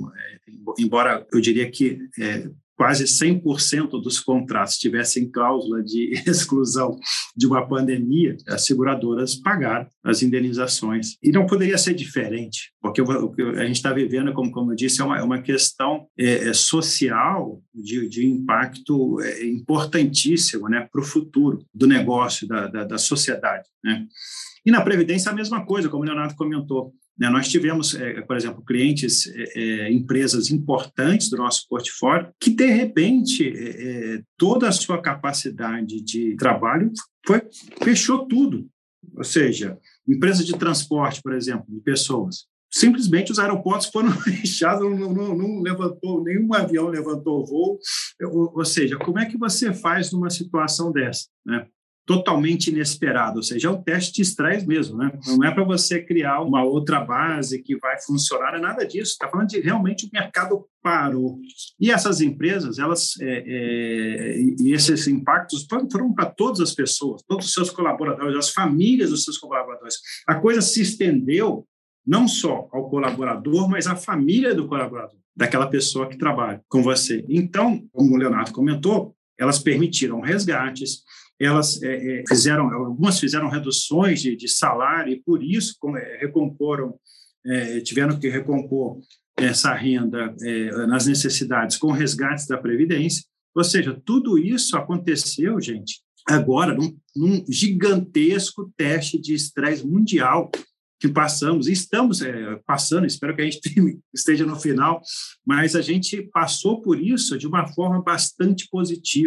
Embora eu diria que é, quase cem por cento dos contratos tivessem cláusula de exclusão de uma pandemia, as seguradoras pagaram as indenizações. E não poderia ser diferente, porque o que a gente está vivendo, como, como eu disse, é uma, é uma questão é, social de, de impacto é, importantíssimo, né, para o futuro do negócio, da, da, da sociedade. Né? E na Previdência a mesma coisa, como o Leonardo comentou. Nós tivemos, por exemplo, clientes, empresas importantes do nosso portfólio que, de repente, toda a sua capacidade de trabalho foi, fechou tudo. Ou seja, empresa de transporte, por exemplo, de pessoas. Simplesmente os aeroportos foram fechados, não, não, não levantou, nenhum avião levantou voo. Ou, ou seja, como é que você faz numa situação dessa, né? Totalmente inesperado, ou seja, é um teste de estresse mesmo, né? Não é para você criar uma outra base que vai funcionar, não é nada disso, está falando de realmente o mercado parou. E essas empresas, elas, é, é, e esses impactos foram para todas as pessoas, todos os seus colaboradores, as famílias dos seus colaboradores. A coisa se estendeu não só ao colaborador, mas à família do colaborador, daquela pessoa que trabalha com você. Então, como o Leonardo comentou, elas permitiram resgates, elas é, fizeram, algumas fizeram reduções de, de salário e, por isso, como, é, recomporam, é, tiveram que recompor essa renda é, nas necessidades com resgates da Previdência. Ou seja, tudo isso aconteceu, gente, agora, num, num gigantesco teste de estresse mundial que passamos, e estamos é, passando, espero que a gente esteja no final, mas a gente passou por isso de uma forma bastante positiva.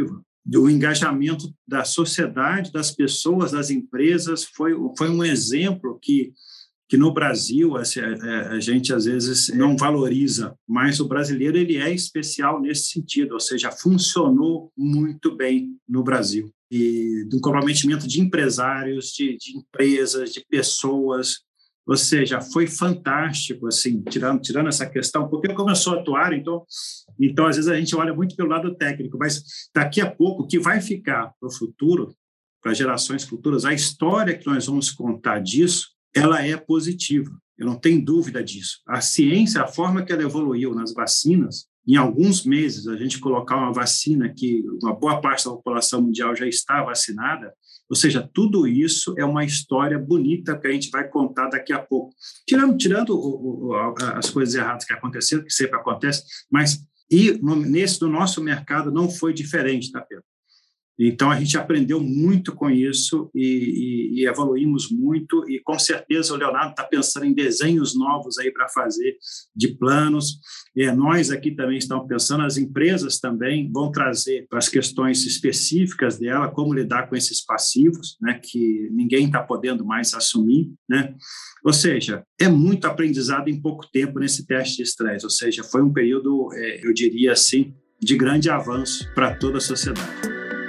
do engajamento da sociedade, das pessoas, das empresas. Foi, foi um exemplo que, que no Brasil a, a gente às vezes não valoriza, mas o brasileiro ele é especial nesse sentido, ou seja, funcionou muito bem no Brasil. E do comprometimento de empresários, de, de empresas, de pessoas, ou seja, foi fantástico, assim, tirando, tirando essa questão, porque eu começou a atuar, então, então, às vezes a gente olha muito pelo lado técnico, mas daqui a pouco, o que vai ficar para o futuro, para gerações futuras, a história que nós vamos contar disso, ela é positiva, eu não tenho dúvida disso. A ciência, a forma que ela evoluiu nas vacinas, em alguns meses, a gente colocar uma vacina que uma boa parte da população mundial já está vacinada, ou seja, tudo isso é uma história bonita que a gente vai contar daqui a pouco. Tirando, tirando o, o, as coisas erradas que aconteceram, que sempre acontece, mas e no, nesse do nosso mercado não foi diferente, tá, Pedro? Então, a gente aprendeu muito com isso e, e, e evoluímos muito, e com certeza o Leonardo está pensando em desenhos novos aí para fazer de planos. E nós aqui também estamos pensando, as empresas também vão trazer as questões específicas dela, como lidar com esses passivos, né, que ninguém está podendo mais assumir, né? Ou seja, é muito aprendizado em pouco tempo nesse teste de estresse, ou seja, foi um período, eu diria assim, de grande avanço para toda a sociedade.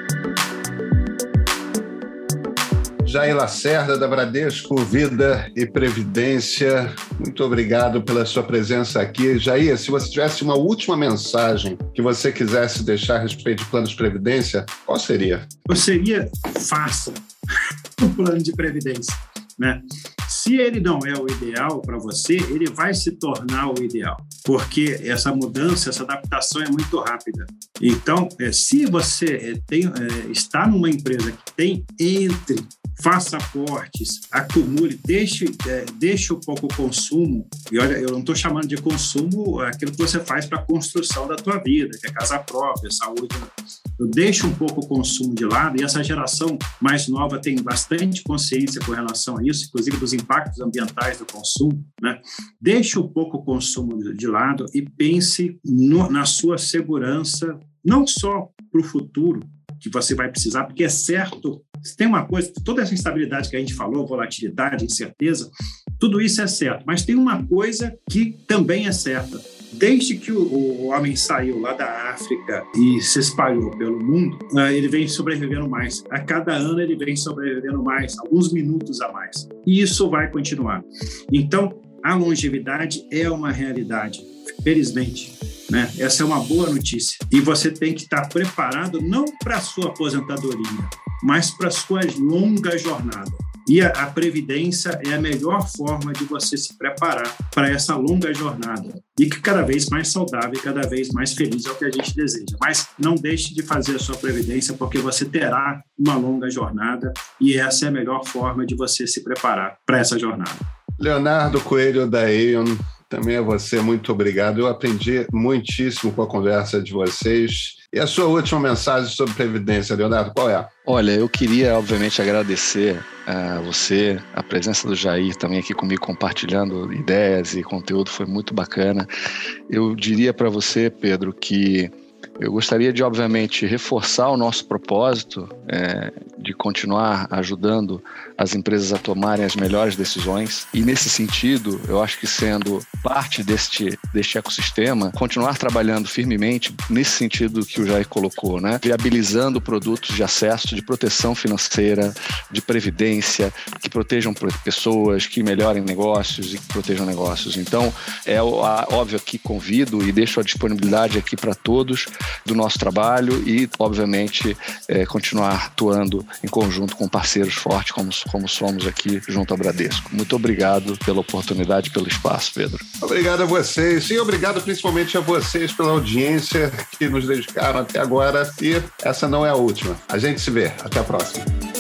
Jair Lacerda, da Bradesco Vida e Previdência, muito obrigado pela sua presença aqui. Jair, se você tivesse uma última mensagem que você quisesse deixar a respeito de planos de previdência, qual seria? Eu seria faça um plano de previdência, né? Se ele não é o ideal para você, ele vai se tornar o ideal, porque essa mudança, essa adaptação é muito rápida. Então, se você tem, está numa empresa que tem, entre, faça aportes, acumule, deixe, deixe um pouco o consumo, e olha, eu não estou chamando de consumo aquilo que você faz para a construção da tua vida, que é casa própria, saúde. Eu deixo um pouco o consumo de lado, e essa geração mais nova tem bastante consciência com relação a isso, inclusive dos impactos ambientais do consumo, né? Deixe um pouco o consumo de lado e pense no, na sua segurança, não só para o futuro, que você vai precisar, porque é certo, tem uma coisa, toda essa instabilidade que a gente falou, volatilidade, incerteza, tudo isso é certo, mas tem uma coisa que também é certa. Desde que o, o homem saiu lá da África e se espalhou pelo mundo, ele vem sobrevivendo mais. A cada ano ele vem sobrevivendo mais, alguns minutos a mais. E isso vai continuar. Então, a longevidade é uma realidade, felizmente, né? Essa é uma boa notícia. E você tem que estar preparado não para a sua aposentadoria, mas para a sua longa jornada. E a, a Previdência é a melhor forma de você se preparar para essa longa jornada. E que cada vez mais saudável e cada vez mais feliz é o que a gente deseja. Mas não deixe de fazer a sua Previdência, porque você terá uma longa jornada e essa é a melhor forma de você se preparar para essa jornada. Leonardo Coelho, da Aon, também a você, muito obrigado. Eu aprendi muitíssimo com a conversa de vocês. E a sua última mensagem sobre Previdência, Leonardo, qual é? Olha, eu queria, obviamente, agradecer a você, a presença do Jair também aqui comigo, compartilhando ideias e conteúdo, foi muito bacana. Eu diria para você, Pedro, que eu gostaria de, obviamente, reforçar o nosso propósito é, de continuar ajudando as empresas a tomarem as melhores decisões. E, nesse sentido, eu acho que sendo parte deste, deste ecossistema, continuar trabalhando firmemente nesse sentido que o Jair colocou, né? Viabilizando produtos de acesso, de proteção financeira, de previdência, que protejam pessoas, que melhorem negócios e que protejam negócios. Então, é óbvio que convido e deixo a disponibilidade aqui para todos do nosso trabalho e, obviamente, é, continuar atuando em conjunto com parceiros fortes como, como somos aqui junto ao Bradesco. Muito obrigado pela oportunidade e pelo espaço, Pedro. Obrigado a vocês e obrigado principalmente a vocês pela audiência que nos dedicaram até agora e essa não é a última. A gente se vê. Até a próxima.